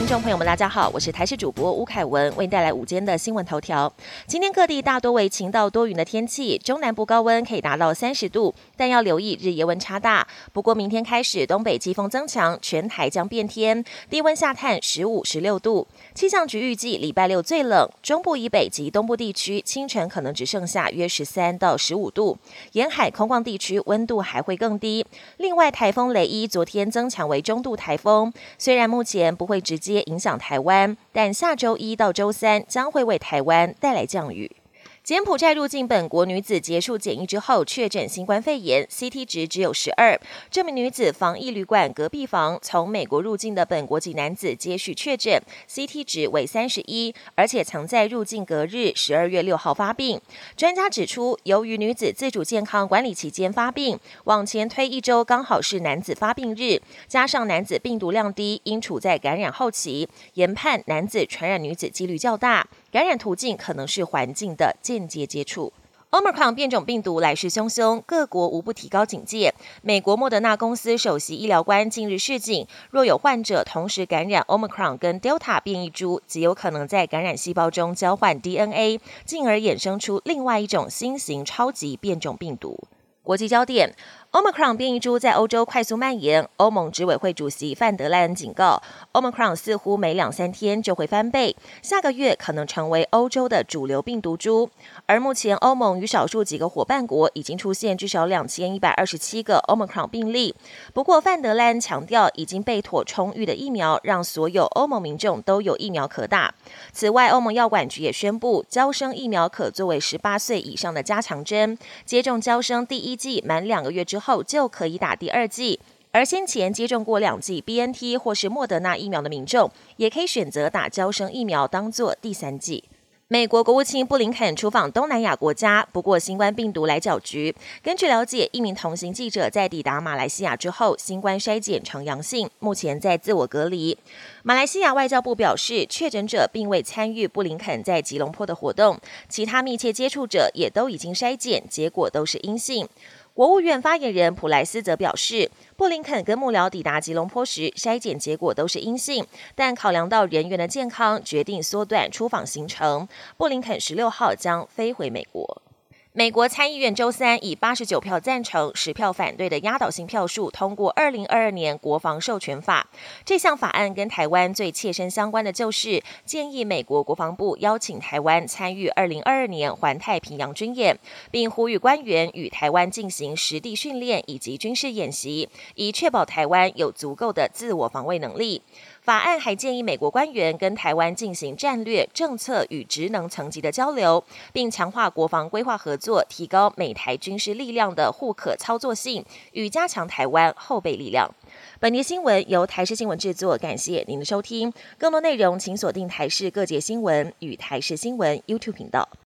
众朋友们，大家好，我是台视主播吴凯文，为您带来午间的新闻头条。今天各地大多为晴到多云的天气，中南部高温可以达到30度，但要留意日夜温差大。不过明天开始东北季风增强，全台将变天，低温下探15、16度。气象局预计礼拜六最冷，中部以北及东部地区清晨可能只剩下约13到15度，沿海空旷地区温度还会更低。另外，台风雷伊昨天增强为中度台风，虽然目前不会直接影响台湾，但下周1到周3将会为台湾带来降雨。柬埔寨入境本国女子结束检疫之后确诊新冠肺炎 ，CT 值只有12。这名女子防疫旅馆隔壁房从美国入境的本国籍男子接续确诊 ，CT 值为31，而且曾在入境隔日12月6号发病。专家指出，由于女子自主健康管理期间发病，往前推1周刚好是男子发病日，加上男子病毒量低，应处在感染后期，研判男子传染女子几率较大。感染途径可能是环境的间接接触。Omicron 变种病毒来势汹汹，各国无不提高警戒。美国莫德纳公司首席医疗官近日示警，若有患者同时感染 Omicron 跟 Delta 变异株，极有可能在感染细胞中交换 DNA， 进而衍生出另外一种新型超级变种病毒。国际焦点，Omicron 变异株在欧洲快速蔓延。欧盟执委会主席范德赖恩警告 ，Omicron 似乎每2-3天就会翻倍，下个月可能成为欧洲的主流病毒株。而目前欧盟与少数几个伙伴国已经出现至少2127个 Omicron 病例。不过范德赖恩强调，已经备妥充裕的疫苗，让所有欧盟民众都有疫苗可打。此外，欧盟药管局也宣布，嬌生疫苗可作为18岁以上的加强针，接种嬌生第1剂满2个月之后就可以打第2剂，而先前接种过2剂 BNT 或是莫德纳疫苗的民众，也可以选择打嬌生疫苗当作第3剂。美国国务卿布林肯出访东南亚国家，不过新冠病毒来搅局。根据了解，一名同行记者在抵达马来西亚之后，新冠筛检呈阳性，目前在自我隔离。马来西亚外交部表示，确诊者并未参与布林肯在吉隆坡的活动，其他密切接触者也都已经筛检，结果都是阴性。国务院发言人普莱斯则表示，布林肯跟幕僚抵达吉隆坡时，筛检结果都是阴性，但考量到人员的健康，决定缩短出访行程。布林肯16号将飞回美国。美国参议院周3以89票赞成、10票反对的压倒性票数通过2022年国防授权法。这项法案跟台湾最切身相关的就是建议美国国防部邀请台湾参与2022年环太平洋军演，并呼吁官员与台湾进行实地训练以及军事演习，以确保台湾有足够的自我防卫能力。法案还建议美国官员跟台湾进行战略、政策与职能层级的交流，并强化国防规划合作，提高美台军事力量的互可操作性，与加强台湾后备力量。本节新闻由台视新闻制作，感谢您的收听。更多内容请锁定台视各节新闻与台视新闻 YouTube 频道。